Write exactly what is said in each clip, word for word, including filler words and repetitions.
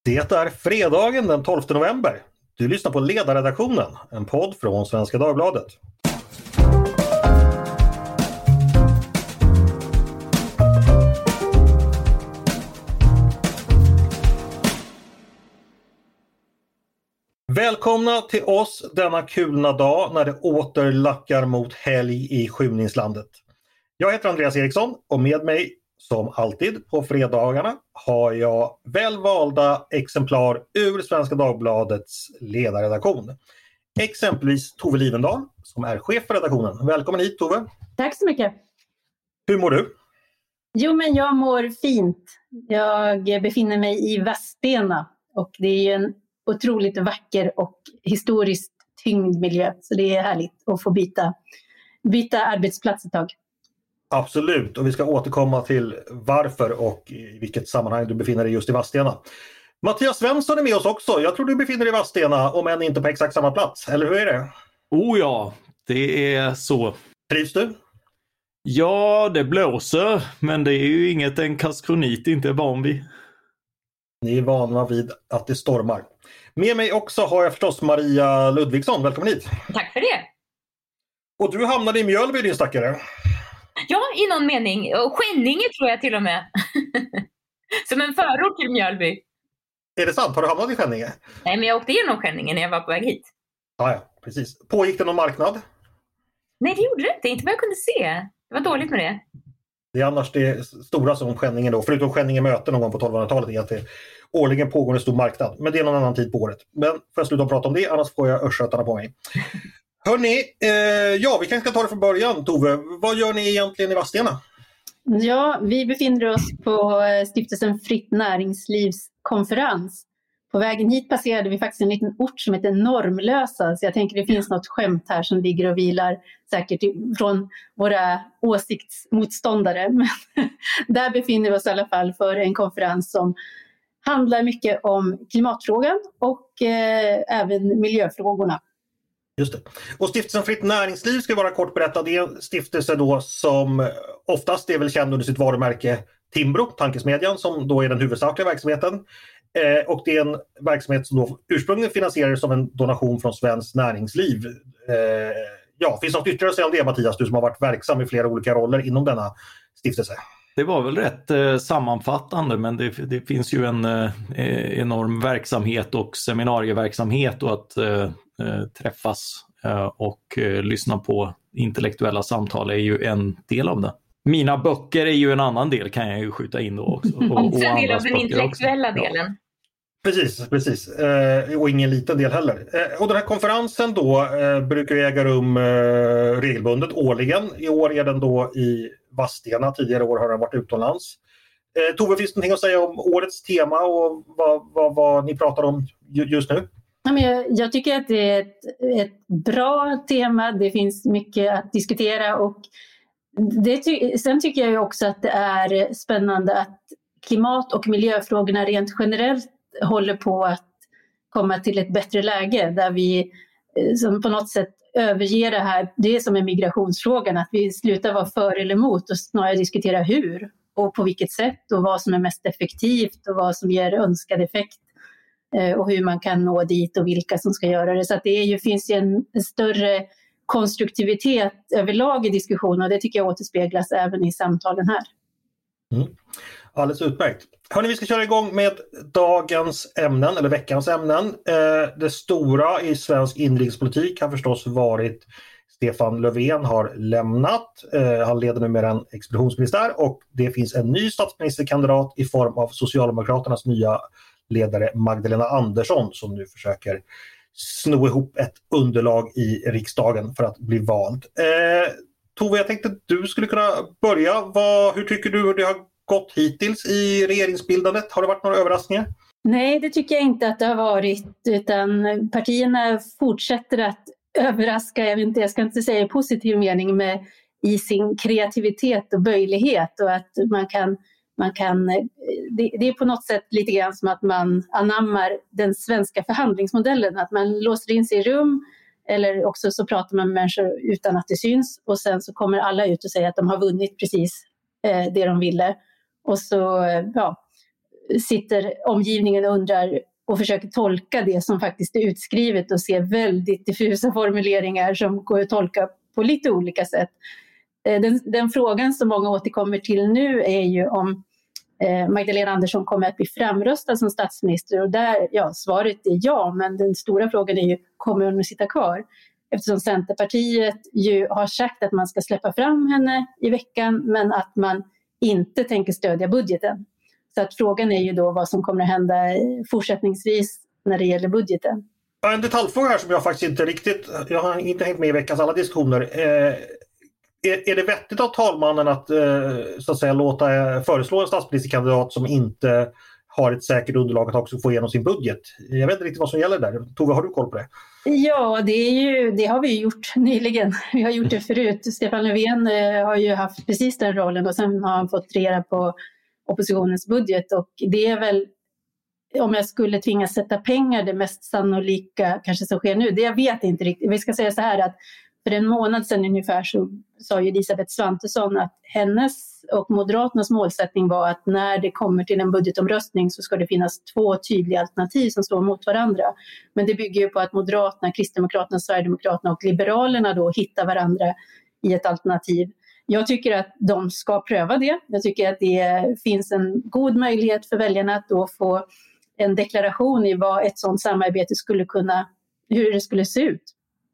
Det är fredagen den tolfte november. Du lyssnar på Ledarredaktionen, en podd från Svenska Dagbladet. Välkomna till oss denna kulna dag när det åter lackar mot helg i skymningslandet. Jag heter Andreas Eriksson och med mig som alltid på fredagarna har jag välvalda exemplar ur Svenska Dagbladets ledarredaktion. Exempelvis Tove Livendal som är chef för redaktionen. Välkommen hit Tove. Tack så mycket. Hur mår du? Jo men jag mår fint. Jag befinner mig i Vadstena och det är ju en otroligt vacker och historiskt tyngd miljö. Så det är härligt att få byta, byta arbetsplats ett tag. Absolut, och vi ska återkomma till varför och i vilket sammanhang du befinner dig just i Vadstena. Mattias Svensson är med oss också. Jag tror du befinner dig i Vadstena, om än inte på exakt samma plats. Eller hur är det? Oh ja, det är så. Trivs du? Ja, det blåser, men det är ju inget en kaskronit inte är van vid. Ni är vana vid att det stormar. Med mig också har jag förstås Maria Ludvigsson. Välkommen hit. Tack för det. Och du hamnade i Mjölby, din stackare. Ja, i någon mening. Och Skänninge tror jag till och med. Som en förort till Mjölby. Är det sant? Har du hamnat i Skänninge? Nej, men jag åkte igenom Skänninge när jag var på väg hit. Ah, ja, precis. Pågick det någon marknad? Nej, det gjorde det inte. Inte vad jag kunde se. Det var dåligt med det. Det är annars det stora som Skänninge då. Förutom Skänninge möte någon gång på tolvhundratalet är att det årligen pågår en stor marknad. Men det är någon annan tid på året. Men får jag sluta prata om det, annars får jag östgötarna på mig. Hörrni, eh, ja vi kanske ska ta det från början. Tove, vad gör ni egentligen i Vadstena? Ja, vi befinner oss på Stiftelsen Fritt Näringslivs konferens. På vägen hit passerade vi faktiskt en liten ort som heter Normlösa. Så jag tänker det finns något skämt här som ligger och vilar säkert från våra åsiktsmotståndare. Men där befinner vi oss i alla fall för en konferens som handlar mycket om klimatfrågan och eh, även miljöfrågorna. Just det. Och Stiftelsen Fritt Näringsliv ska vara kort berätta. Det är en stiftelse då som oftast är väl känd under sitt varumärke Timbro, tankesmedjan, som då är den huvudsakliga verksamheten. Eh, och det är en verksamhet som då ursprungligen finansierades som en donation från Svenskt Näringsliv. Eh, ja, finns något ytterligare att säga om det, Mattias, du som har varit verksam i flera olika roller inom denna stiftelse? Det var väl rätt eh, sammanfattande, men det, det finns ju en eh, enorm verksamhet och seminarieverksamhet och att eh, träffas eh, och eh, lyssna på intellektuella samtal är ju en del av det. Mina böcker är ju en annan del, kan jag ju skjuta in då också. Och, också en del av den intellektuella också. Delen. Ja. Precis, precis. Eh, och ingen liten del heller. Eh, och den här konferensen då eh, brukar äga rum eh, regelbundet årligen. I år är den då i Vadstena, tidigare år har den varit utomlands. Eh, Tove, finns det någonting att säga om årets tema och vad, vad, vad ni pratar om just nu? Ja, men jag, jag tycker att det är ett, ett bra tema, det finns mycket att diskutera och det ty- sen tycker jag ju också att det är spännande att klimat- och miljöfrågorna rent generellt håller på att komma till ett bättre läge där vi som på något sätt överger det här, det är som en migrationsfrågan, att vi slutar vara för eller emot och snarare diskutera hur och på vilket sätt och vad som är mest effektivt och vad som ger önskad effekt och hur man kan nå dit och vilka som ska göra det. Så att det är ju, finns ju en, en större konstruktivitet överlag i diskussionen och det tycker jag återspeglas även i samtalen här. Mm. Alldeles utmärkt. Hörrni, vi ska köra igång med dagens ämnen, eller veckans ämnen. Eh, det stora i svensk inrikespolitik har förstås varit Stefan Löfven har lämnat. Eh, han leder nu med en expeditionsministär och det finns en ny statsministerkandidat i form av Socialdemokraternas nya ledare Magdalena Andersson som nu försöker sno ihop ett underlag i riksdagen för att bli vald. Eh, Tove, jag tänkte att du skulle kunna börja. Vad, hur tycker du det har gått hittills i regeringsbildandet? Har det varit några överraskningar? Nej, det tycker jag inte att det har varit, utan partierna fortsätter att överraska, jag, vet inte, jag ska inte säga i positiv mening, med i sin kreativitet och böjlighet och att man kan, man kan det, det är på något sätt lite grann som att man anammar den svenska förhandlingsmodellen, att man låser in sig i rum eller också så pratar man med människor utan att det syns och sen så kommer alla ut och säger att de har vunnit precis eh, det de ville och så ja, sitter omgivningen och undrar och försöker tolka det som faktiskt är utskrivet och ser väldigt diffusa formuleringar som går att tolka på lite olika sätt. Den, den frågan som många återkommer till nu är ju om eh, Magdalena Andersson kommer att bli framröstad som statsminister, och där, ja, svaret är ja, men den stora frågan är ju, kommer hon att sitta kvar? Eftersom Centerpartiet ju har sagt att man ska släppa fram henne i veckan, men att man inte tänker stödja budgeten. Så att frågan är ju då vad som kommer att hända fortsättningsvis när det gäller budgeten. En detaljfråga här som jag faktiskt inte riktigt, jag har inte hängt med i veckans alla diskussioner. Eh, är, är det vettigt av talmannen att, eh, så att säga, låta föreslå en statsministerkandidat som inte har ett säkert underlag att också få igenom sin budget? Jag vet inte riktigt vad som gäller där. Tove, har du koll på det? Ja, det, är ju, det har vi ju gjort nyligen. Vi har gjort det förut. Stefan Löfven eh, har ju haft precis den rollen och sen har han fått regera på oppositionens budget, och det är väl, om jag skulle tvingas sätta pengar, det mest sannolika kanske som sker nu. Det jag vet inte riktigt. Vi ska säga så här att för en månad sedan ungefär så sa ju Elisabeth Svantesson att hennes och Moderaternas målsättning var att när det kommer till en budgetomröstning så ska det finnas två tydliga alternativ som står mot varandra. Men det bygger ju på att Moderaterna, Kristdemokraterna, Sverigedemokraterna och Liberalerna då hittar varandra i ett alternativ. Jag tycker att de ska pröva det. Jag tycker att det finns en god möjlighet för väljarna att då få en deklaration i vad ett sådant samarbete skulle kunna, hur det skulle se ut.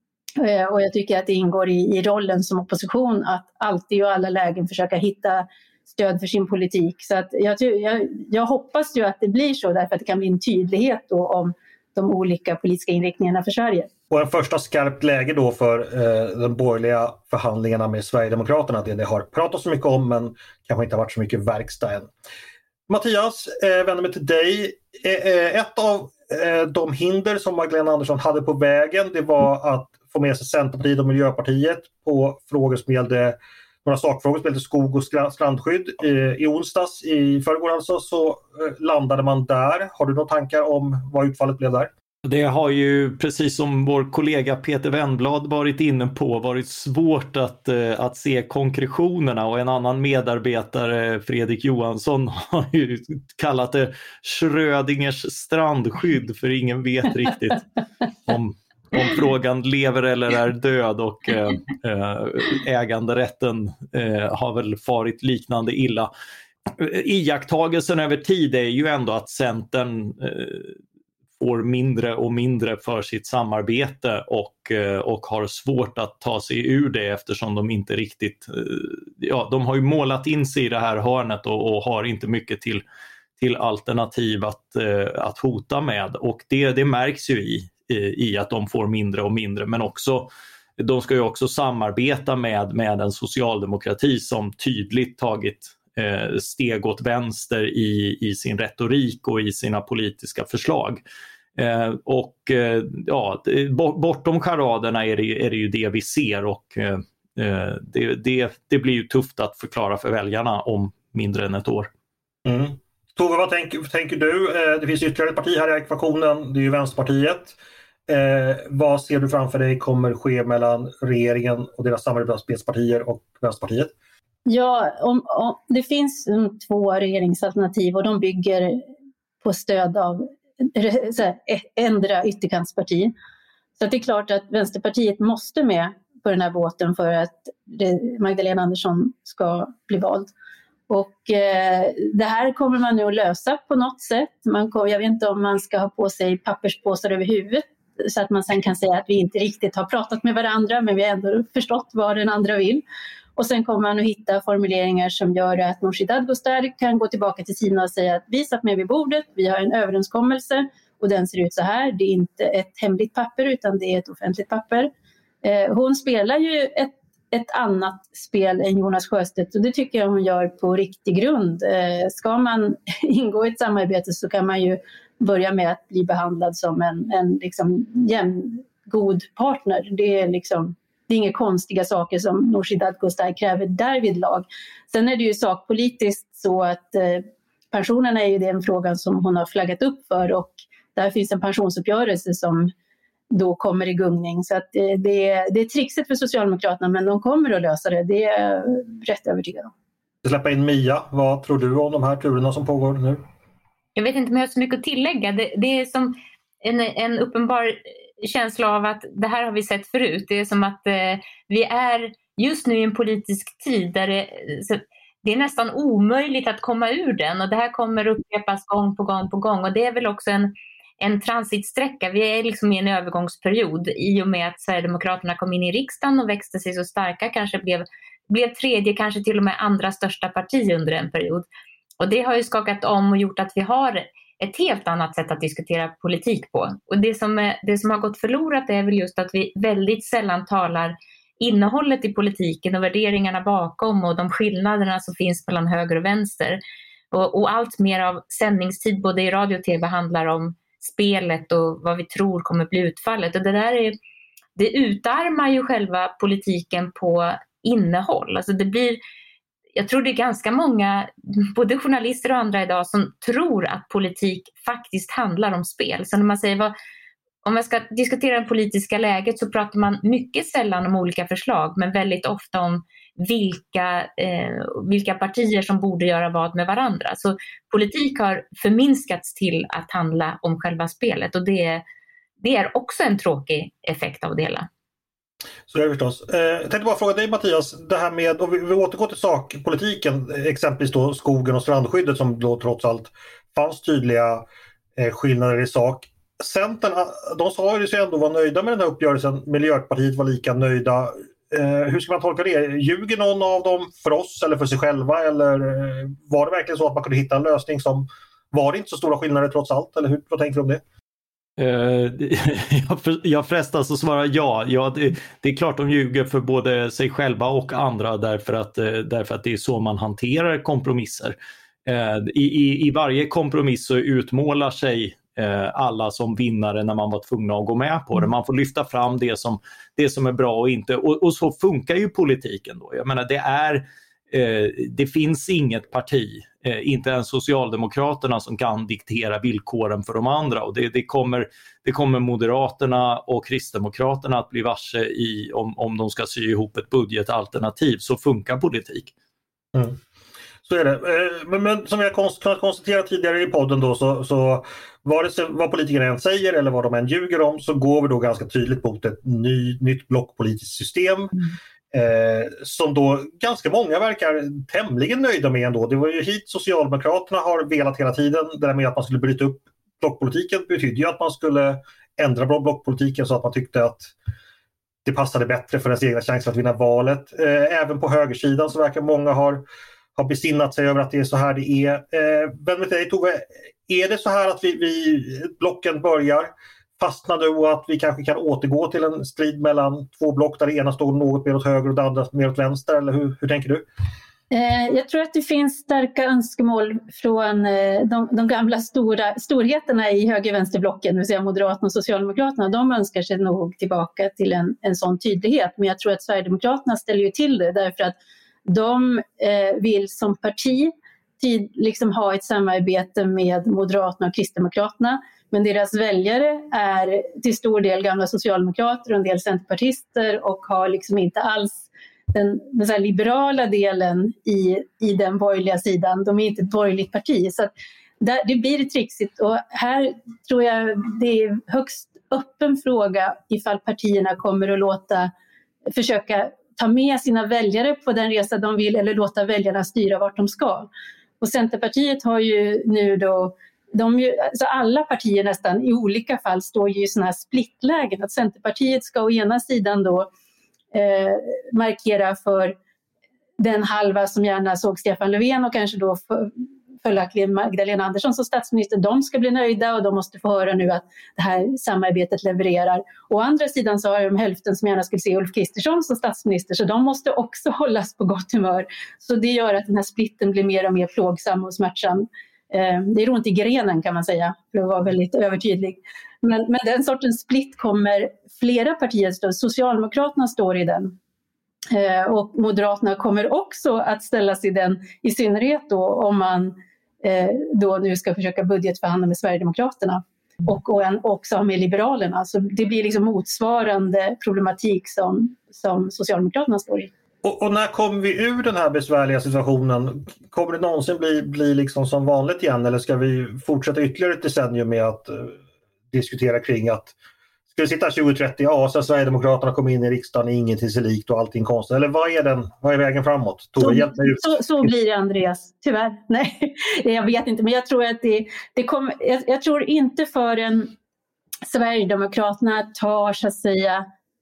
Och jag tycker att det ingår i, i rollen som opposition att alltid och alla lägen försöka hitta stöd för sin politik. Så att jag, jag, jag hoppas ju att det blir så, därför att det kan bli en tydlighet då om de olika politiska inriktningarna för Sverige. Och en första skarpt läge då för eh, de borgerliga förhandlingarna med Sverigedemokraterna, det det har pratat så mycket om men kanske inte har varit så mycket verkstad än. Mattias, eh, vänder mig till dig. Eh, ett av eh, de hinder som Magdalena Andersson hade på vägen, det var att få med sig Centerpartiet och Miljöpartiet på frågor som gällde, några sakfrågor som gällde skog och strandskydd. I, i onsdags, i förrgår alltså, så eh, landade man där. Har du några tankar om vad utfallet blev där? Det har ju, precis som vår kollega Peter Wennblad varit inne på, varit svårt att, att se konkretionerna, och en annan medarbetare, Fredrik Johansson, har ju kallat det Schrödingers strandskydd, för ingen vet riktigt om, om frågan lever eller är död, och äh, äganderätten äh, har väl farit liknande illa. Iakttagelsen över tid är ju ändå att Centern äh, får mindre och mindre för sitt samarbete och, och har svårt att ta sig ur det, eftersom de inte riktigt, ja, de har ju målat in sig i det här hörnet och, och har inte mycket till, till alternativ att, att hota med, och det, det märks ju i, i att de får mindre och mindre, men också de ska ju också samarbeta med, med en socialdemokrati som tydligt tagit eh, steg åt vänster i, i sin retorik och i sina politiska förslag. Eh, och eh, ja, bortom charaderna är det, är det ju det vi ser, och eh, det, det, det blir ju tufft att förklara för väljarna om mindre än ett år. Mm. Tove, vad tänker, tänker du? Eh, det finns ytterligare ett parti här i ekvationen, det är ju Vänsterpartiet. Eh, vad ser du framför dig kommer ske mellan regeringen och deras samarbetspartier och Vänsterpartiet? Ja, om, om, det finns um, två regeringsalternativ och de bygger på stöd av så här, ändra ytterkantsparti. Så att det är klart att Vänsterpartiet måste med på den här båten för att det, Magdalena Andersson ska bli vald. Och eh, det här kommer man nu att lösa på något sätt. Man kom, jag vet inte om man ska ha på sig papperspåsar över huvudet så att man sen kan säga att vi inte riktigt har pratat med varandra, men vi har ändå förstått vad den andra vill. Och sen kommer man att hitta formuleringar som gör att Nooshi Dadgostar kan gå tillbaka till sina och säga att vi satt med vid bordet, vi har en överenskommelse och den ser ut så här. Det är inte ett hemligt papper utan det är ett offentligt papper. Eh, hon spelar ju ett, ett annat spel än Jonas Sjöstedt, och det tycker jag hon gör på riktig grund. Eh, ska man ingå i ett samarbete så kan man ju börja med att bli behandlad som en, en liksom jämn, god partner. Det är liksom Det är inga konstiga saker som Nooshi Dadgostar kräver därvid lag. Sen är det ju sakpolitiskt så att eh, pensionerna är ju den frågan som hon har flaggat upp för, och där finns en pensionsuppgörelse som då kommer i gungning. Så att, eh, det, det är trixigt för Socialdemokraterna, men de kommer att lösa det. Det är jag rätt övertygad om. Släppa in Mia, vad tror du om de här turerna som pågår nu? Jag vet inte om jag har så mycket att tillägga. Det, det är som en, en uppenbar känsla av att det här har vi sett förut. Det är som att eh, vi är just nu i en politisk tid där det, så, det är nästan omöjligt att komma ur den. Och det här kommer upprepas gång på gång på gång. Och det är väl också en, en transitsträcka. Vi är liksom i en övergångsperiod i och med att Sverigedemokraterna kom in i riksdagen och växte sig så starka. Kanske blev, blev tredje, kanske till och med andra största parti under en period. Och det har ju skakat om och gjort att vi har ett helt annat sätt att diskutera politik på. Och det som, det som har gått förlorat är väl just att vi väldigt sällan talar innehållet i politiken och värderingarna bakom och de skillnaderna som finns mellan höger och vänster. Och, och allt mer av sändningstid både i radio och tv handlar om spelet och vad vi tror kommer bli utfallet. Och det där är, det utarmar ju själva politiken på innehåll. Alltså det blir... Jag tror det är ganska många, både journalister och andra idag, som tror att politik faktiskt handlar om spel. Så när man säger, vad, om man ska diskutera det politiska läget så pratar man mycket sällan om olika förslag, men väldigt ofta om vilka, eh, vilka partier som borde göra vad med varandra. Så politik har förminskats till att handla om själva spelet, och det, det är också en tråkig effekt av det hela. Så är det förstås. Eh, jag tänkte bara fråga dig Mattias, det här med, och vi, vi återgår till sakpolitiken, exempelvis då skogen och strandskyddet som då trots allt fanns tydliga eh, skillnader i sak. Centern, de sa ju sig ändå vara nöjda med den här uppgörelsen, Miljöpartiet var lika nöjda. Eh, hur ska man tolka det? Ljuger någon av dem för oss eller för sig själva, eller eh, var det verkligen så att man kunde hitta en lösning som var det inte så stora skillnader trots allt, eller hur, vad tänker du om det? Uh, jag frestas att svara ja. ja det, det är klart de ljuger för både sig själva och andra därför att, därför att det är så man hanterar kompromisser. Uh, i, i, I varje kompromiss så utmålar sig uh, alla som vinnare när man var tvungna att gå med på det. Man får lyfta fram det som, det som är bra och inte. Och, och så funkar ju politiken då. Jag menar det är det finns inget parti, inte ens Socialdemokraterna, som kan diktera villkoren för de andra, och det, det, kommer, det kommer Moderaterna och Kristdemokraterna att bli varse i om, om de ska sy ihop ett budgetalternativ. Så funkar politik. Mm. Så är det. Men, men som jag kunnat konstatera tidigare i podden då, så, så vare sig vad politikerna än säger eller vad de än ljuger om, så går vi då ganska tydligt mot ett ny, nytt blockpolitiskt system. Mm. Eh, som då ganska många verkar tämligen nöjda med ändå. Det var ju hit Socialdemokraterna har velat hela tiden. Det där med att man skulle bryta upp blockpolitiken betyder ju att man skulle ändra blockpolitiken så att man tyckte att det passade bättre för ens egna chanser att vinna valet. Eh, även på högersidan så verkar många ha, ha besinnat sig över att det är så här det är. Eh, men med dig Tove, är det så här att vi, vi blocken börjar fastna nu och att vi kanske kan återgå till en strid mellan två block där det ena står något mer åt höger och det andra mer åt vänster, eller hur, hur tänker du? Jag tror att det finns starka önskemål från de, de gamla stora, storheterna i höger-vänsterblocken, det vill säga Moderaterna och Socialdemokraterna. De önskar sig nog tillbaka till en, en sån tydlighet, men jag tror att Sverigedemokraterna ställer ju till det därför att de eh, vill som parti tid, liksom ha ett samarbete med Moderaterna och Kristdemokraterna. Men deras väljare är till stor del gamla socialdemokrater och en del centerpartister och har liksom inte alls den, den så här liberala delen i, i den borgerliga sidan. De är inte ett borgerligt parti. Så att där, det blir trixigt. Och här tror jag det är högst öppen fråga ifall partierna kommer att låta försöka ta med sina väljare på den resa de vill eller låta väljarna styra vart de ska. Och Centerpartiet har ju nu då De ju, alltså alla partier nästan i olika fall står ju i sådana här splittlägen. Att Centerpartiet ska å ena sidan då eh, markera för den halva som gärna såg Stefan Löfven och kanske då för, följaktligen Magdalena Andersson som statsminister. De ska bli nöjda och de måste få höra nu att det här samarbetet levererar. Å andra sidan så har de hälften som gärna skulle se Ulf Kristersson som statsminister, så de måste också hållas på gott humör. Så det gör att den här splitten blir mer och mer plågsam och smärtsam. Det är ont i grenen kan man säga, för att vara väldigt övertydlig. Men, men den sortens split kommer flera partier stå. Socialdemokraterna står i den. Eh, och Moderaterna kommer också att ställas i den, i synnerhet då om man eh, då nu ska försöka budgetförhandla med Sverigedemokraterna. Och, och en, också med Liberalerna. Så det blir liksom motsvarande problematik som, som Socialdemokraterna står i. Och, och när kommer vi ur den här besvärliga situationen? Kommer det någonsin bli, bli liksom som vanligt igen, eller ska vi fortsätta ytterligare ett decennium med att uh, diskutera kring att ska vi sitta tjugo trettio, ja, så Sverigedemokraterna kommer in i riksdagen, ingenting sig likt och allting konstigt. Eller vad är, den, vad är vägen framåt? Tove, hjälp mig ut. Så, så blir det, Andreas, tyvärr. Nej, jag vet inte, men jag tror att det, det kommer, jag, jag tror inte förrän Sverigedemokraterna tar så att säga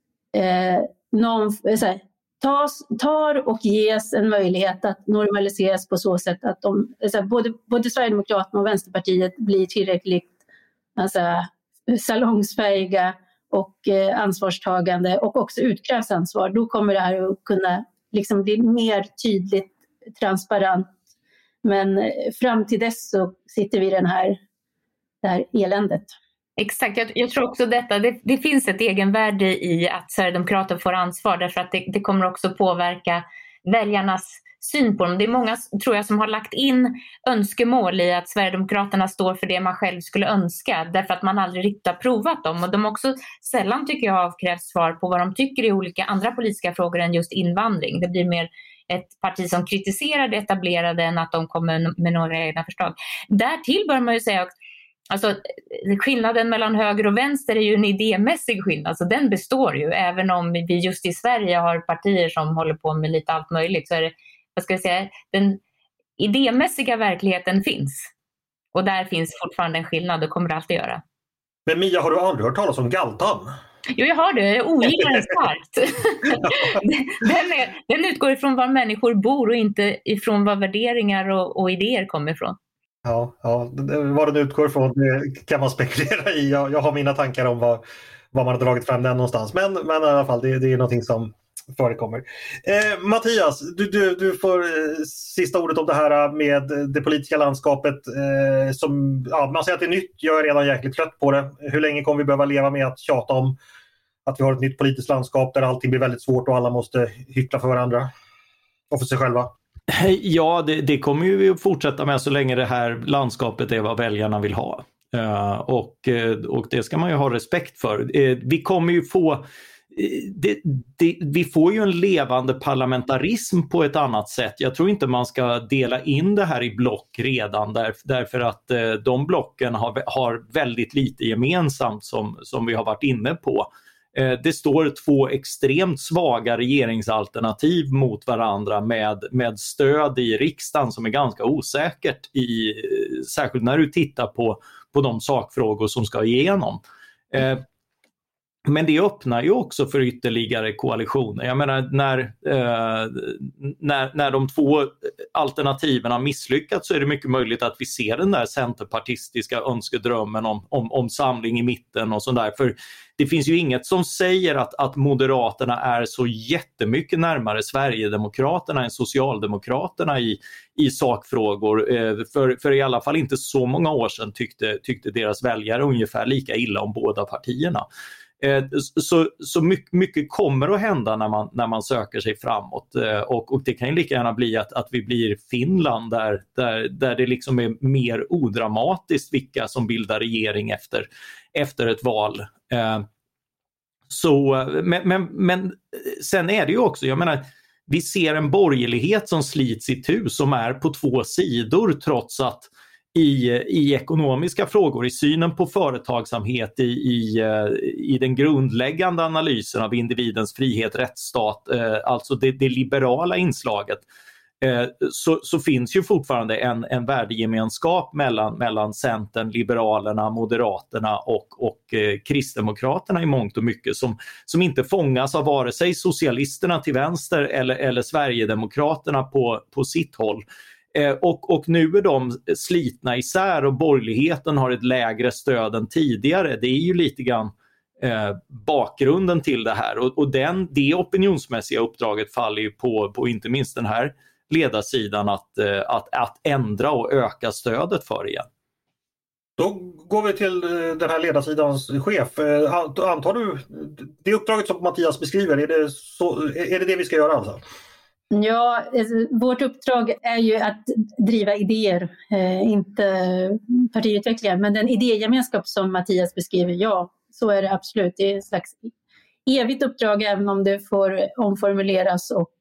eh, någon, så här, tas, tar och ges en möjlighet att normaliseras på så sätt att de, så här, både, både Sverigedemokraterna och Vänsterpartiet blir tillräckligt alltså, salongsfähiga och eh, ansvarstagande och också utkrävs ansvar. Då kommer det här att kunna liksom bli mer tydligt, transparent. Men eh, fram till dess så sitter vi i den här, det här eländet. Exakt, jag, jag tror också detta, det, det finns ett egenvärde i att Sverigedemokraterna får ansvar, därför att det, det kommer också påverka väljarnas syn på dem. Det är många, tror jag, som har lagt in önskemål i att Sverigedemokraterna står för det man själv skulle önska, därför att man aldrig riktigt har provat dem. Och de också sällan, tycker jag, avkrävs svar på vad de tycker i olika andra politiska frågor än just invandring. Det blir mer ett parti som kritiserar det etablerade än att de kommer med några egna förslag. Därtill bör man ju säga att alltså, skillnaden mellan höger och vänster är ju en idémässig skillnad, så den består ju. Även om vi just i Sverige har partier som håller på med lite allt möjligt, så är det, vad ska jag säga, den idémässiga verkligheten finns. Och där finns fortfarande en skillnad, och kommer det alltid göra. Men Mia, har du aldrig hört talas om Galtan? Jo, jag har det. Jag ogillar den starkt. den, är, den utgår ifrån var människor bor och inte ifrån vad värderingar och, och idéer kommer ifrån. Ja, ja, vad den utgår ifrån det kan man spekulera i. Jag, jag har mina tankar om vad, vad man har dragit fram den någonstans. Men, men i alla fall, det, det är någonting som förekommer. Eh, Mattias, du, du, du får eh, sista ordet om det här med det politiska landskapet. Eh, som, ja, man säger att det är nytt, jag är redan jäkligt trött på det. Hur länge kommer vi behöva leva med att tjata om att vi har ett nytt politiskt landskap där allting blir väldigt svårt och alla måste hyckla för varandra och för sig själva? Ja, det, det kommer ju vi att fortsätta med så länge det här landskapet är vad väljarna vill ha. Uh, och, och det ska man ju ha respekt för. Uh, vi kommer ju få det, det, vi får ju en levande parlamentarism på ett annat sätt. Jag tror inte man ska dela in det här i block redan där, därför att uh, de blocken har, har väldigt lite gemensamt som, som vi har varit inne på. Det står två extremt svaga regeringsalternativ mot varandra med, med stöd i riksdagen som är ganska osäkert, i, särskilt när du tittar på, på de sakfrågor som ska igenom. Eh, men det öppnar ju också för ytterligare koalitioner. Jag menar, när, eh, när, när de två alternativen har misslyckats så är det mycket möjligt att vi ser den där centerpartistiska önskedrömmen om, om, om samling i mitten och sådär. För det finns ju inget som säger att, att Moderaterna är så jättemycket närmare Sverigedemokraterna än Socialdemokraterna i, i sakfrågor. Eh, för, för i alla fall inte så många år sedan tyckte, tyckte deras väljare ungefär lika illa om båda partierna. Så, så mycket, mycket kommer att hända när man, när man söker sig framåt, och, och det kan ju lika gärna bli att, att vi blir Finland där, där, där det liksom är mer odramatiskt vilka som bildar regering efter, efter ett val. Så, men, men, men sen är det ju också, jag menar, vi ser en borgerlighet som slits i tu, som är på två sidor trots att I, i ekonomiska frågor, i synen på företagsamhet, i, i, i den grundläggande analysen av individens frihet, rättsstat, eh, alltså det, det liberala inslaget, eh, så, så finns ju fortfarande en, en värdegemenskap mellan, mellan Centern, Liberalerna, Moderaterna och, och eh, Kristdemokraterna i mångt och mycket som, som inte fångas av vare sig socialisterna till vänster eller, eller Sverigedemokraterna på, på sitt håll. Eh, och, och nu är de slitna isär och borgerligheten har ett lägre stöd än tidigare. Det är ju lite grann eh, bakgrunden till det här. Och, och den, det opinionsmässiga uppdraget faller ju på, på inte minst den här ledarsidan att, eh, att, att ändra och öka stödet för igen. Då går vi till den här ledarsidans chef. Antar du det uppdraget som Mattias beskriver, är det, så, är det det vi ska göra alltså? Ja, vårt uppdrag är ju att driva idéer, eh, inte partiutvecklingar. Men den idégemenskap som Mattias beskriver, ja, så är det absolut. Det är ett slags evigt uppdrag även om det får omformuleras och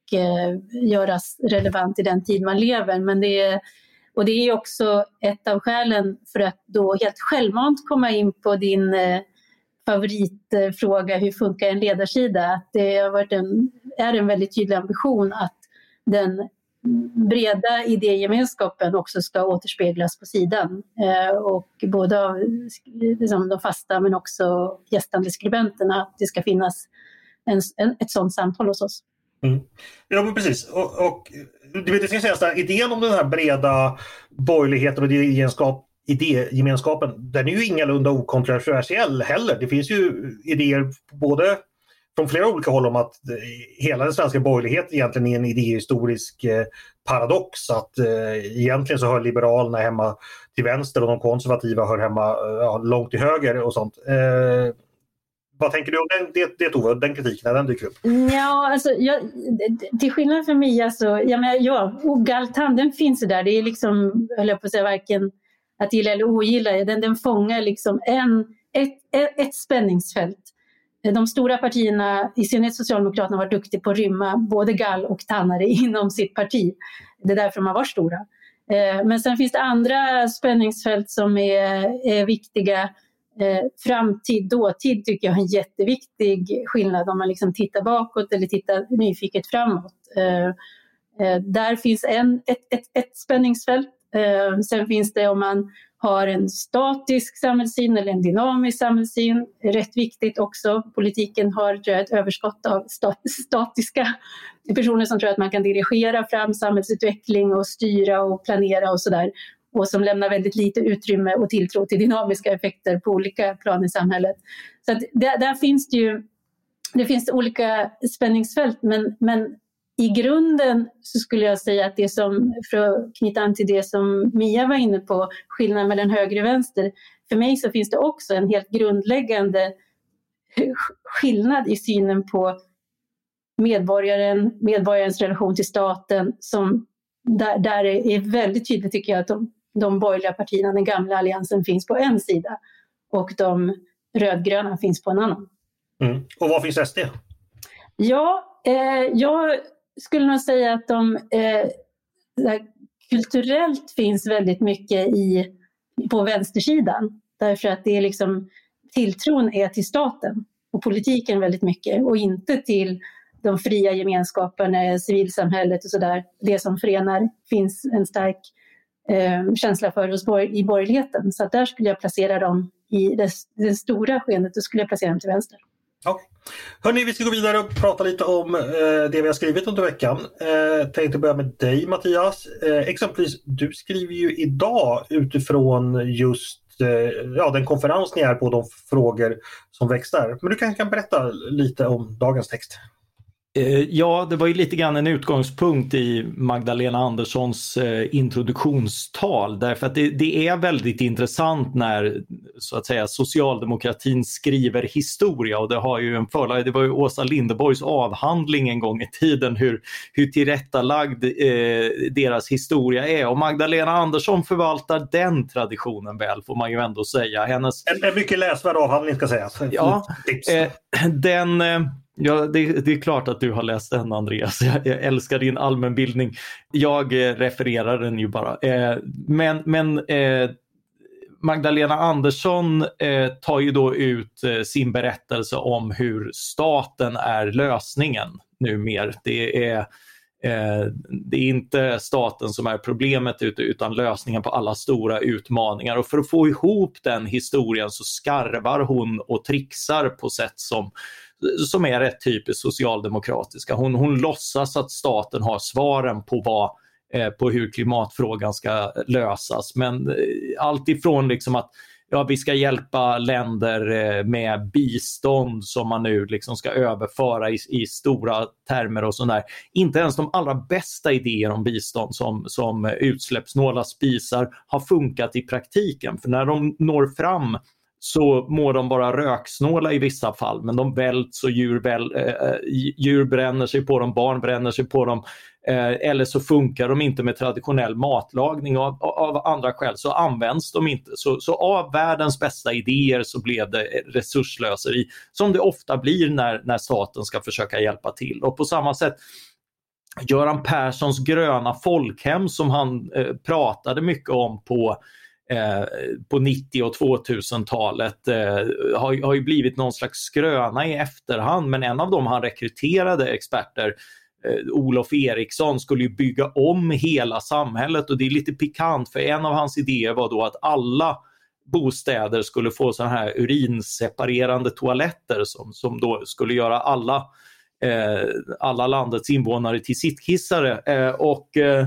eh, göras relevant i den tid man lever. Men det är, och det är också ett av skälen för att då helt självmant komma in på din eh, favoritfråga, hur funkar en ledarsida? Att det har varit en, är en väldigt tydlig ambition att den breda idégemenskapen också ska återspeglas på sidan. Eh, och både av liksom, de fasta men också gästande skribenterna, att det ska finnas en, en, ett sådant samtal hos oss. Mm. Ja, men precis. Och, och du vet, det ska sägas där, idén om den här breda borgerligheten och idégemenskap, idégemenskapen, den är ju ingalunda okontroversiell heller. Det finns ju idéer både från flera olika håll om att hela den svenska borgerligheten egentligen är en idéhistorisk eh, paradox. Att eh, egentligen så hör liberalerna hemma till vänster och de konservativa hör hemma eh, långt till höger och sånt. Eh, vad tänker du om den, det, det Tove, den kritiken när den dyker upp? Ja, alltså, jag, till skillnad från Mia så, ja, men, ja och Galtan, den finns där. Det är liksom, höll jag på att säga, varken att gilla eller ogilla. Den, den fångar liksom en, ett, ett, ett spänningsfält. De stora partierna, i synnerhet Socialdemokraterna, har varit duktiga på att rymma både gall och tannare inom sitt parti. Det är därför de har varit stora. Men sen finns det andra spänningsfält som är, är viktiga. Framtid, dåtid tycker jag är en jätteviktig skillnad om man liksom tittar bakåt eller tittar nyfiket framåt. Där finns en, ett, ett, ett spänningsfält. Sen finns det om man har en statisk samhällssyn eller en dynamisk samhällssyn. Rätt viktigt också. Politiken har tror jag, ett överskott av stat- statiska personer som tror att man kan dirigera fram samhällsutveckling och styra och planera och sådär. Och som lämnar väldigt lite utrymme och tilltro till dynamiska effekter på olika plan i samhället. Så att där, där finns det ju det finns olika spänningsfält, men, men i grunden så skulle jag säga att det som, för att knyta an till det som Mia var inne på, skillnaden mellan höger och vänster, för mig så finns det också en helt grundläggande skillnad i synen på medborgaren, medborgarens relation till staten, som där, där är väldigt tydligt tycker jag att de, de borgerliga partierna, den gamla alliansen, finns på en sida och de rödgröna finns på en annan. Mm. Och vad finns S D? Ja, eh, jag skulle nog säga att de eh, kulturellt finns väldigt mycket i, på vänstersidan. Därför att det är liksom, tilltron är till staten och politiken väldigt mycket och inte till de fria gemenskaperna, civilsamhället och sådär. Det som förenar finns en stark eh, känsla för oss bor- i borgerligheten. Så att där skulle jag placera dem i det, det stora skenet, då skulle jag placera dem till vänster. Okay. Hörrni, vi ska gå vidare och prata lite om eh, det vi har skrivit under veckan. Eh, tänkte börja med dig, Mattias. Eh, exempelvis, du skriver ju idag utifrån just eh, ja, den konferens ni är på, de frågor som väcks där. Men du kan, kan berätta lite om dagens text. Ja, det var ju lite grann en utgångspunkt i Magdalena Anderssons eh, introduktionstal, därför att det, det är väldigt intressant när så att säga socialdemokratin skriver historia, och det har ju en förlag, det var ju Åsa Linderborgs avhandling en gång i tiden hur, hur tillrättalagd eh, deras historia är, och Magdalena Andersson förvaltar den traditionen väl, får man ju ändå säga. Hennes... En, en mycket läsvärd avhandling ska sägas. Ja, eh, den... Eh, Ja, det, det är klart att du har läst den, Andreas. Jag, jag älskar din allmänbildning. Jag eh, refererar den ju bara. Eh, men men eh, Magdalena Andersson eh, tar ju då ut eh, sin berättelse om hur staten är lösningen numera. Det är, eh, det är inte staten som är problemet utan lösningen på alla stora utmaningar. Och för att få ihop den historien så skarvar hon och trixar på sätt som som är rätt typiskt socialdemokratiska. Hon, hon låtsas att staten har svaren på, vad, eh, på hur klimatfrågan ska lösas. Men eh, allt ifrån liksom att ja, vi ska hjälpa länder eh, med bistånd som man nu liksom ska överföra i, i stora termer och sådär. Inte ens de allra bästa idéer om bistånd som, som utsläppsnåla spisar har funkat i praktiken. För när de når fram så må de bara röksnåla i vissa fall, men de välts och djur, väl, äh, djur bränner sig på dem, barn bränner sig på dem, äh, eller så funkar de inte med traditionell matlagning, och av, av andra skäl så används de inte. Så, så av världens bästa idéer så blev det resurslöseri, som det ofta blir när, när staten ska försöka hjälpa till. Och på samma sätt Göran Perssons gröna folkhem som han eh, pratade mycket om på Eh, på nittio- och tvåtusentalet eh, har, har ju blivit någon slags skröna i efterhand, men en av dem han rekryterade experter, eh, Olof Eriksson, skulle ju bygga om hela samhället, och det är lite pikant för en av hans idéer var då att alla bostäder skulle få sådana här urinseparerande toaletter som, som då skulle göra alla, eh, alla landets invånare till sittkissare eh, och eh,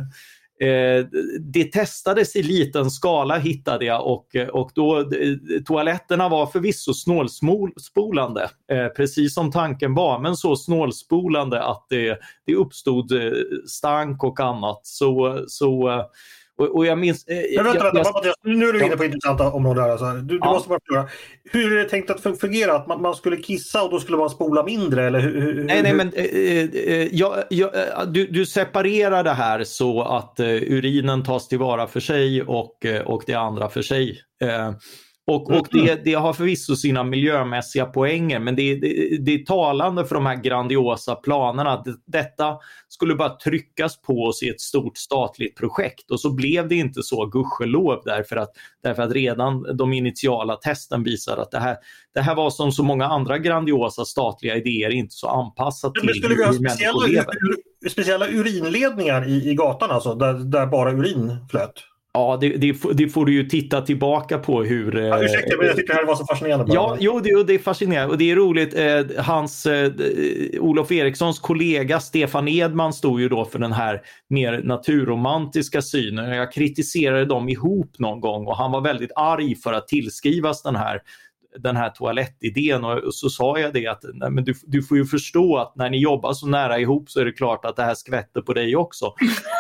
Eh, det testades i liten skala, hittade jag, och, och då eh, toaletterna var förvisso snålspolande, eh, precis som tanken var, men så snålspolande att det, det uppstod eh, stank och annat. Så, så eh, och, och jag minns... Eh, men vänta, jag, vänta, jag, nu är du ja. inne på intressanta områden här. Alltså. Du, du Ja. måste bara förklara. Hur är det tänkt att fungera? Att man, man skulle kissa och då skulle man spola mindre? Eller hur, hur, nej, nej, hur? men eh, eh, jag, jag, du, du separerar det här så att eh, urinen tas tillvara för sig och, eh, och det andra för sig. Eh, Och, och det, det har förvisso sina miljömässiga poänger, men det, det, det är talande för de här grandiosa planerna att detta skulle bara tryckas på oss i ett stort statligt projekt, och så blev det inte så, gudskelov, därför att, därför att redan de initiala testen visar att det här, det här var som så många andra grandiosa statliga idéer inte så anpassat till men skulle vi ha hur människor speciella, lever. ur, speciella urinledningar i, i gatan alltså, där, där bara urin flöt? Ja, det, det, det får du ju titta tillbaka på hur... Ja, ursäkta, men jag tycker det här var så fascinerande. Bara. Ja, jo, det, det är fascinerande och det är roligt. Eh, hans, eh, Olof Erikssons kollega Stefan Edman stod ju då för den här mer naturromantiska synen. Jag kritiserade dem ihop någon gång och han var väldigt arg för att tillskrivas den här den här toalettidén, och så sa jag det att nej, men du, du får ju förstå att när ni jobbar så nära ihop så är det klart att det här skvätter på dig också.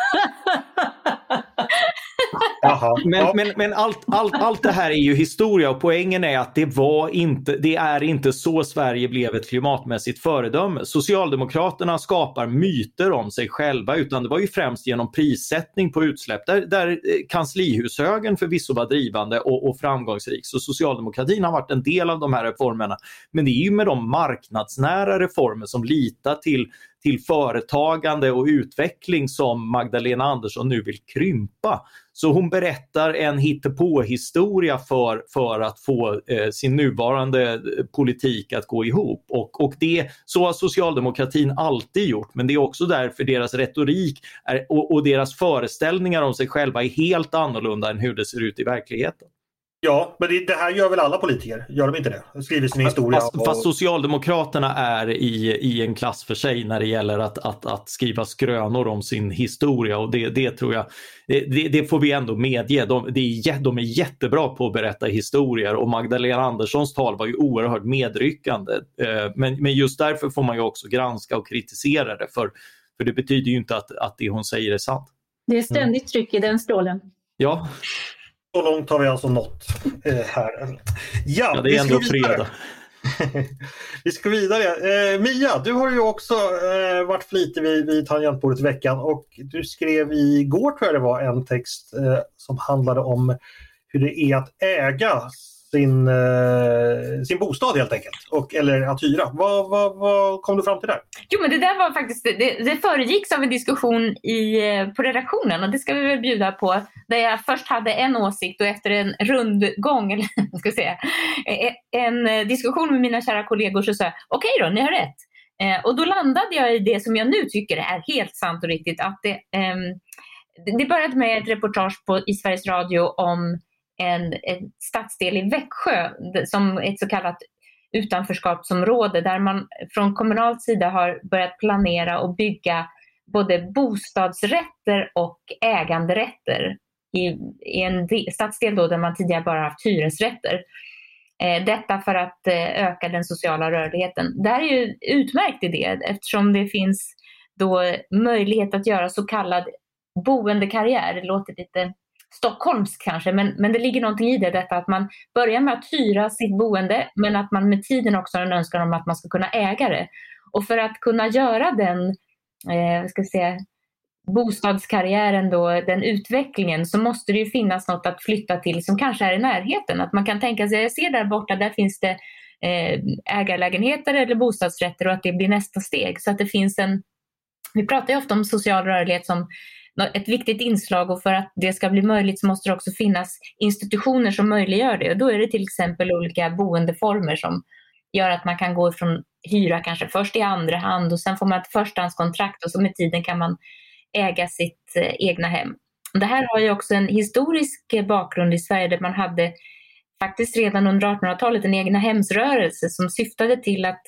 Jaha. Men, Ja. men, men allt, allt, allt det här är ju historia, och poängen är att det var inte, det är inte så Sverige blev ett klimatmässigt föredöme. Socialdemokraterna skapar myter om sig själva, utan det var ju främst genom prissättning på utsläpp där, där kanslihushögern förvisso var drivande och, och framgångsrik. Så socialdemokratin har varit en del av de här reformerna, men det är ju med de marknadsnära reformer som litar till till företagande och utveckling som Magdalena Andersson nu vill krympa. Så hon berättar en hittepåhistoria för, för att få eh, sin nuvarande politik att gå ihop. Och, och det, så har socialdemokratin alltid gjort, men det är också därför deras retorik är, och, och deras föreställningar om sig själva är helt annorlunda än hur det ser ut i verkligheten. Ja, men det, det här gör väl alla politiker? Gör de inte det? Skriver sin historia. Fast, och... fast Socialdemokraterna är i, i en klass för sig när det gäller att, att, att skriva skrönor om sin historia, och det, det tror jag, det, det får vi ändå medge. De, det är, de är jättebra på att berätta historier, och Magdalena Anderssons tal var ju oerhört medryckande. Men, men just därför får man ju också granska och kritisera det, för, för det betyder ju inte att, att det hon säger är sant. Det är ständigt tryck i den strålen. Ja. Så långt har vi alltså nått eh, här. Ja, ja, det är ändå fredag. Vi ska vidare. Eh, Mia, du har ju också eh, varit flitig vid, vid tangentbordet i veckan, och du skrev igår, tror jag det var, en text eh, som handlade om hur det är att äga sin, eh, sin bostad helt enkelt, och, eller att hyra. Vad, vad, vad kom du fram till där? Jo, men det där var faktiskt, det, det föregicks av en diskussion i, på redaktionen, och det ska vi väl bjuda på, där jag först hade en åsikt och efter en rundgång, eller vad ska jag säga, en diskussion med mina kära kollegor, så sa jag, okej okay då, ni har rätt. Eh, och då landade jag i det som jag nu tycker är helt sant och riktigt, att det, eh, det började med ett reportage på, i Sveriges Radio om en, en stadsdel i Växjö som ett så kallat utanförskapsområde, där man från kommunal sida har börjat planera och bygga både bostadsrätter och äganderätter i, i en de, stadsdel då där man tidigare bara haft hyresrätter. Eh, detta för att eh, öka den sociala rörligheten. Det här är ju en utmärkt idé, eftersom det finns då möjlighet att göra så kallad boendekarriär. Det låter lite Stockholms kanske, men, men det ligger någonting i det, detta att man börjar med att hyra sitt boende, men att man med tiden också har en önskan om att man ska kunna äga det. Och för att kunna göra den eh, ska jag säga, bostadskarriären då, den utvecklingen, så måste det ju finnas något att flytta till som kanske är i närheten. Att man kan tänka sig, jag ser där borta, där finns det eh, ägarlägenheter eller bostadsrätter, och att det blir nästa steg, så att det finns en vi pratar ju ofta om social rörlighet som ett viktigt inslag, och för att det ska bli möjligt så måste det också finnas institutioner som möjliggör det. Och då är det till exempel olika boendeformer som gör att man kan gå ifrån hyra kanske först i andra hand och sen får man ett förstahandskontrakt och så med tiden kan man äga sitt eh, egna hem. Det här har ju också en historisk bakgrund i Sverige där man hade faktiskt redan under artonhundratalet en egna hemsrörelse som syftade till att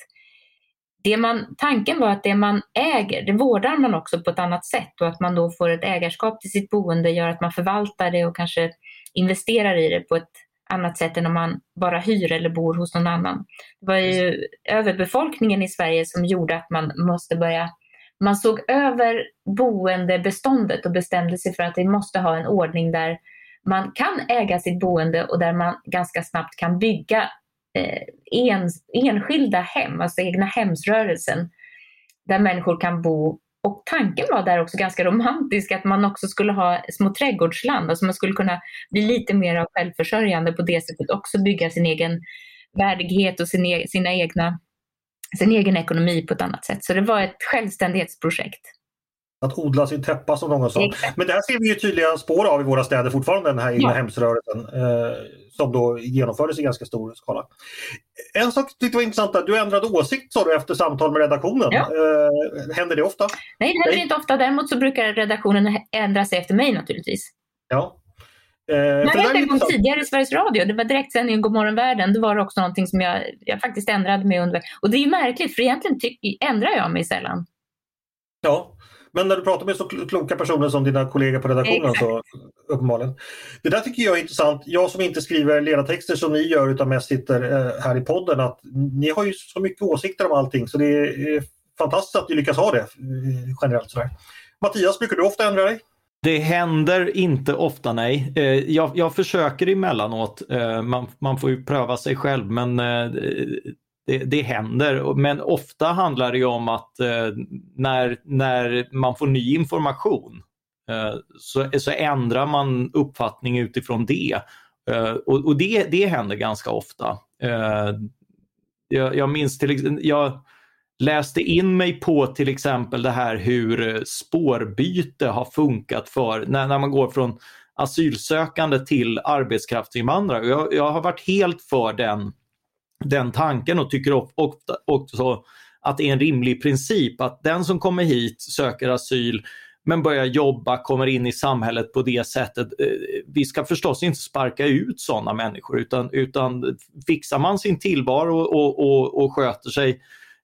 det man, tanken var att det man äger, det vårdar man också på ett annat sätt, och att man då får ett ägarskap till sitt boende gör att man förvaltar det och kanske investerar i det på ett annat sätt än om man bara hyr eller bor hos någon annan. Det var ju överbefolkningen i Sverige som gjorde att man måste börja, man såg över boendebeståndet och bestämde sig för att vi måste ha en ordning där man kan äga sitt boende och där man ganska snabbt kan bygga eh, en, enskilda hem, alltså egna hemsrörelsen, där människor kan bo. Och tanken var där också ganska romantisk, att man också skulle ha små trädgårdsland, alltså man skulle kunna bli lite mer av självförsörjande på det sättet, också bygga sin egen värdighet och sin, e- sina egna, sin egen ekonomi på ett annat sätt. Så det var ett självständighetsprojekt. Att odla sin täppa som någon sa. Exakt. Men det här ser vi ju tydliga spår av i våra städer fortfarande, den här egna Ja. hemsrörelsen eh, som då genomfördes i ganska stor skala. En sak tyckte jag var intressant, att du ändrade åsikt sa du efter samtal med redaktionen. Ja. Eh, händer det ofta? Nej, det händer Nej. inte ofta. Däremot så brukar redaktionen ändra sig efter mig naturligtvis. Ja. Eh, Men för jag det där hade är en gång intressant. tidigare i Sveriges Radio, det var direktsändningen God morgon världen, det var också någonting som jag, jag faktiskt ändrade mig under. Och det är ju märkligt, för egentligen tyck, ändrar jag mig sällan. Ja. Men när du pratar med så kloka personer som dina kollegor på redaktionen Exakt. så uppenbarligen. Det där tycker jag är intressant. Jag som inte skriver ledartexter som ni gör utan mest sitter eh, här i podden, att ni har ju så mycket åsikter om allting så det är fantastiskt att ni lyckas ha det eh, generellt sådär. Mattias, brukar du ofta ändra dig? Det händer inte ofta, nej. Eh, Jag, jag försöker emellanåt. Eh, Man, man får ju pröva sig själv, men eh, det, det händer. Men ofta handlar det ju om att eh, när, när man får ny information eh, så, så ändrar man uppfattning utifrån det. Eh, och och det, det händer ganska ofta. Eh, jag, jag minns till exempel... Jag, läste in mig på till exempel det här hur spårbyte har funkat för när, när man går från asylsökande till arbetskraftsinvandrare. Jag, jag har varit helt för den, den tanken och tycker ofta också att det är en rimlig princip att den som kommer hit söker asyl men börjar jobba, kommer in i samhället på det sättet. Vi ska förstås inte sparka ut sådana människor utan, utan fixar man sin tillvaro och, och, och sköter sig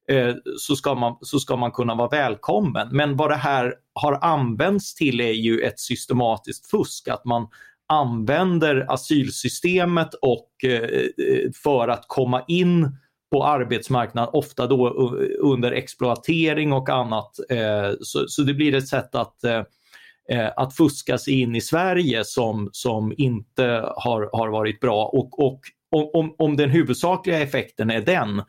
Så ska, man, så ska man kunna vara välkommen. Men vad det här har använts till är ju ett systematiskt fusk. Att man använder asylsystemet och, eh, för att komma in på arbetsmarknaden, ofta då under exploatering och annat. Eh, så, så det blir ett sätt att, eh, att fuska sig in i Sverige som, som inte har, har varit bra. Och, och om, om den huvudsakliga effekten är den,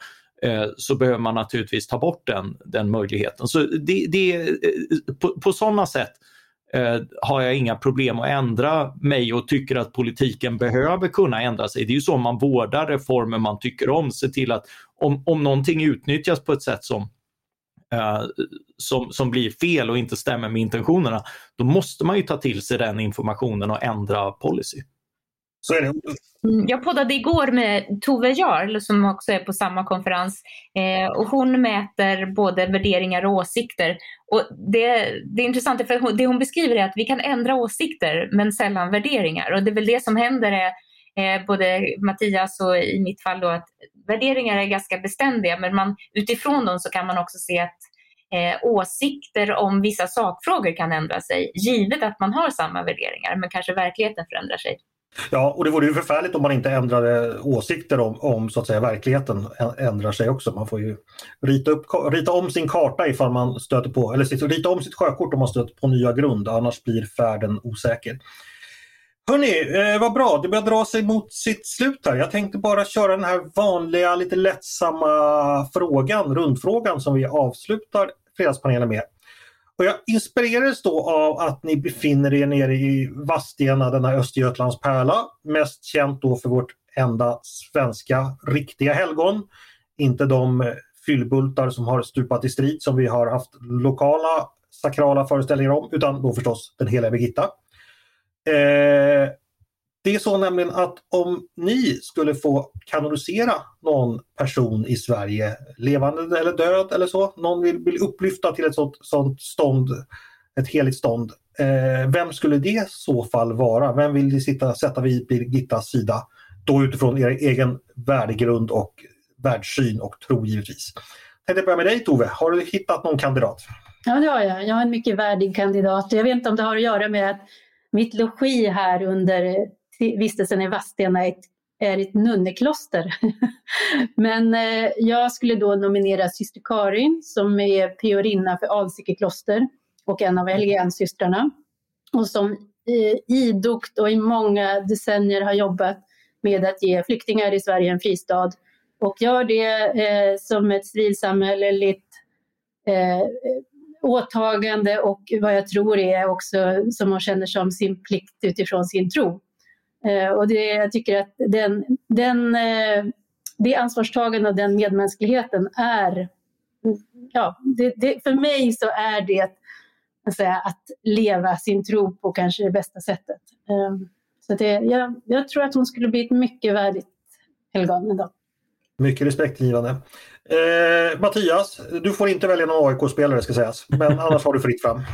så behöver man naturligtvis ta bort den, den möjligheten. Så det, det, på, på sådana sätt eh, har jag inga problem att ändra mig och tycker att politiken behöver kunna ändra sig. Det är ju så man vårdar reformer man tycker om. Se till att om, om någonting utnyttjas på ett sätt som, eh, som, som blir fel och inte stämmer med intentionerna, då måste man ju ta till sig den informationen och ändra policy. Så är det. Jag poddade igår med Tove Jarl som också är på samma konferens eh, och hon mäter både värderingar och åsikter. Och det, det är intressant för hon, det hon beskriver är att vi kan ändra åsikter men sällan värderingar. Och det är väl det som händer är eh, både Mattias och i mitt fall då, att värderingar är ganska beständiga men man, utifrån dem så kan man också se att eh, åsikter om vissa sakfrågor kan ändra sig givet att man har samma värderingar men kanske verkligheten förändrar sig. Ja, och det vore ju förfärligt om man inte ändrade åsikter om, om så att säga verkligheten ändrar sig också. Man får ju rita, upp, rita om sin karta ifall man stöter på, eller rita om sitt sjökort om man stöter på nya grund, annars blir färden osäker. Hörrni, eh, vad bra, det börjar dra sig mot sitt slut här. Jag tänkte bara köra den här vanliga, lite lättsamma frågan, rundfrågan som vi avslutar fredagspanelen med. Och jag inspirerades då av att ni befinner er nere i Vadstena, denna Östergötlands pärla. Mest känt då för vårt enda svenska riktiga helgon. Inte de fyllbultar som har stupat i strid som vi har haft lokala sakrala föreställningar om, utan då förstås den heliga Birgitta. Eh, det är så nämligen att om ni skulle få kanonisera någon person i Sverige, levande eller död eller så, någon vill, vill upplyfta till ett sånt, sånt stånd, ett heligt stånd, eh, vem skulle det i så fall vara? Vem vill ni sitta, sätta vid Birgittas sida? Då utifrån er egen värdegrund och världssyn och tro givetvis. Jag tänkte börja med dig Tove, har du hittat någon kandidat? Ja, det har jag. Jag har en mycket värdig kandidat. Jag vet inte om det har att göra med att mitt logi här under vistelsen i Vadstena är ett, är ett nunnekloster. Men eh, jag skulle då nominera syster Karin som är priorinna för Alsike kloster och en av Helgeandssystrarna. Och som eh, idogt och i många decennier har jobbat med att ge flyktingar i Sverige en fristad. Och gör det eh, som ett civilsamhälleligt eh, åtagande och vad jag tror är också som hon känner som sin plikt utifrån sin tro. Eh, och det, jag tycker att den, den, eh, det ansvarstagande och den medmänskligheten är, ja, det, det, för mig så är det att, säga, att leva sin tro på kanske det bästa sättet. Eh, så det, jag, jag tror att hon skulle bli ett mycket värdigt helgon idag. Mycket respektgivande. Eh, Mattias, du får inte välja någon A I K-spelare ska sägas, men annars har du fritt fram.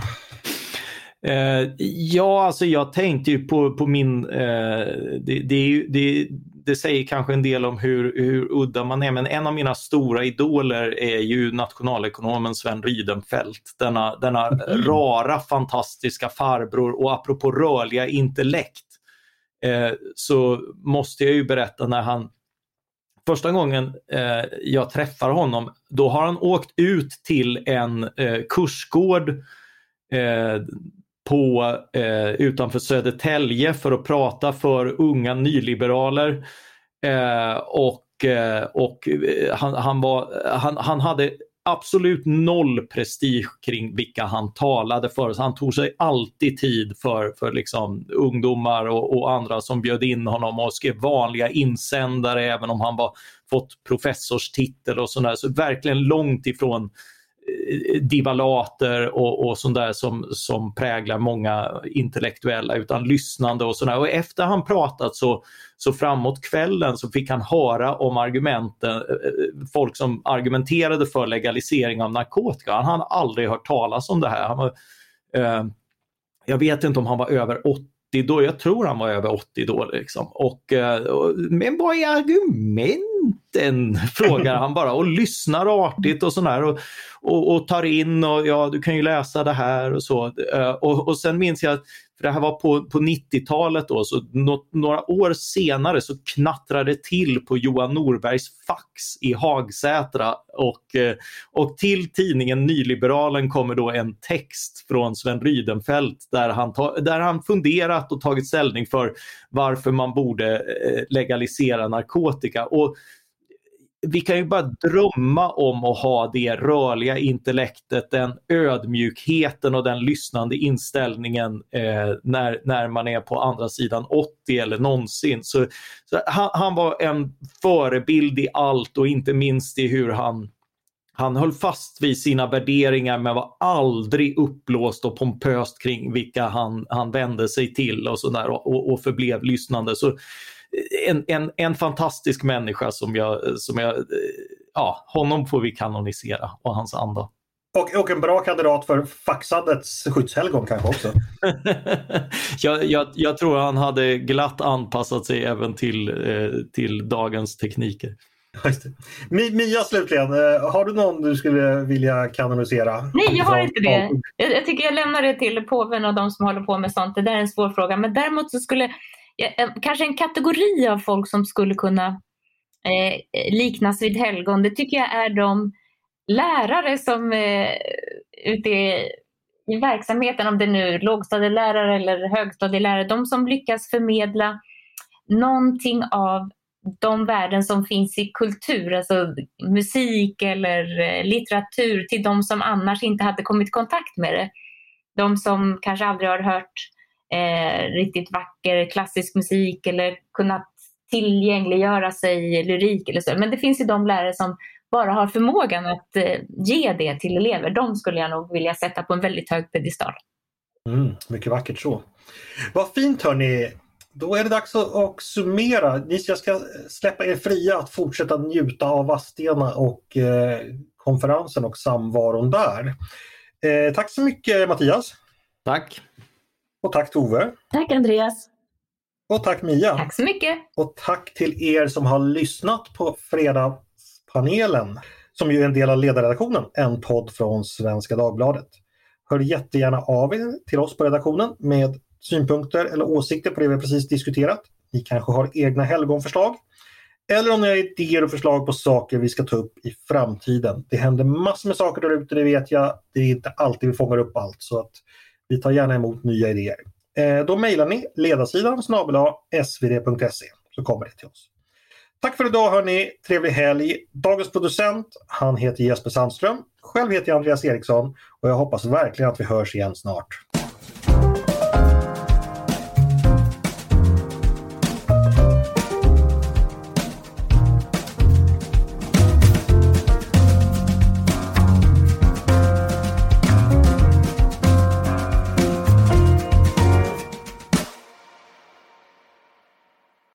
Eh, ja, alltså jag tänkte ju på, på min, eh, det, det, är ju, det, det säger kanske en del om hur, hur udda man är, men en av mina stora idoler är ju nationalekonomen Sven Rydenfelt. Denna, denna mm. rara, fantastiska farbror, och apropå rörliga intellekt eh, så måste jag ju berätta när han första gången eh, jag träffar honom, då har han åkt ut till en eh, kursgård eh, på, eh, utanför Södertälje för att prata för unga nyliberaler. Eh, och eh, och han, han, var, han, han hade absolut noll prestige kring vilka han talade för. Så han tog sig alltid tid för, för liksom ungdomar och, och andra som bjöd in honom och skrev vanliga insändare även om han var fått professorstitel och sådär. Så verkligen långt ifrån eh, divalater och, och sånt där som, som präglar många intellektuella, utan lyssnande och sådär. Och efter han pratat så, så framåt kvällen så fick han höra om argumenten, folk som argumenterade för legalisering av narkotika. Han hade aldrig hört talas om det här. Han var, eh, jag vet inte om han var över åttio då, jag tror han var över åttio då liksom. Och, eh, och, men vad är argumenten? Frågar han bara och lyssnar artigt och sådär och, och, och tar in och ja, du kan ju läsa det här och så. Eh, och, och sen minns jag att för det här var på, på nittiotalet då, så no, några år senare så knattrade det till på Johan Norbergs fax i Hagsätra och, och till tidningen Nyliberalen kommer då en text från Sven Rydenfelt där han, ta, där han funderat och tagit ställning för varför man borde legalisera narkotika. Och vi kan ju bara drömma om att ha det rörliga intellektet, den ödmjukheten och den lyssnande inställningen eh, när, när man är på andra sidan åttio eller någonsin. Så, så han, han var en förebild i allt och inte minst i hur han, han höll fast vid sina värderingar men var aldrig upplåst och pompöst kring vilka han, han vände sig till och, så där, och, och förblev lyssnande. Så En, en, en fantastisk människa som jag, som jag, ja, honom får vi kanonisera och hans anda. Och, och en bra kandidat för faxandets skyddshelgon kanske också. jag, jag, jag tror han hade glatt anpassat sig även till, eh, till dagens tekniker. Just det. Mia slutligen, har du någon du skulle vilja kanonisera? Nej, jag har inte det. Jag, jag tycker jag lämnar det till påven och de som håller på med sånt. Det där är en svår fråga. Men däremot så skulle kanske en kategori av folk som skulle kunna eh, liknas vid helgon, det tycker jag är de lärare som eh, ute i, i verksamheten, om det nu är lågstadielärare eller högstadielärare, de som lyckas förmedla någonting av de värden som finns i kultur, alltså musik eller eh, litteratur till de som annars inte hade kommit i kontakt med det. De som kanske aldrig har hört Eh, riktigt vacker klassisk musik eller kunnat tillgängliggöra sig lyrik eller så. Men det finns ju de lärare som bara har förmågan att eh, ge det till elever, de skulle jag nog vilja sätta på en väldigt hög pedestal. Mm, mycket vackert så. Vad fint hörni. Då är det dags att summera. Ni ska, ska släppa er fria att fortsätta njuta av Vadstena och eh, konferensen och samvaron där. Eh, tack så mycket Mattias. Tack. Och tack Tove. Tack Andreas. Och tack Mia. Tack så mycket. Och tack till er som har lyssnat på Fredagspanelen, som ju är en del av ledarredaktionen, en podd från Svenska Dagbladet. Hör jättegärna av er till oss på redaktionen med synpunkter eller åsikter på det vi precis diskuterat. Ni kanske har egna helgonförslag. Eller om ni har idéer och förslag på saker vi ska ta upp i framtiden. Det händer massor med saker där ute, det vet jag. Det är inte alltid vi fångar upp allt, så att vi tar gärna emot nya idéer. Eh, då mejlar ni ledarsidan snabel-a s v d punkt se så kommer det till oss. Tack för idag hörni, trevlig helg. Dagens producent, han heter Jesper Sandström. Själv heter jag Andreas Eriksson och jag hoppas verkligen att vi hörs igen snart.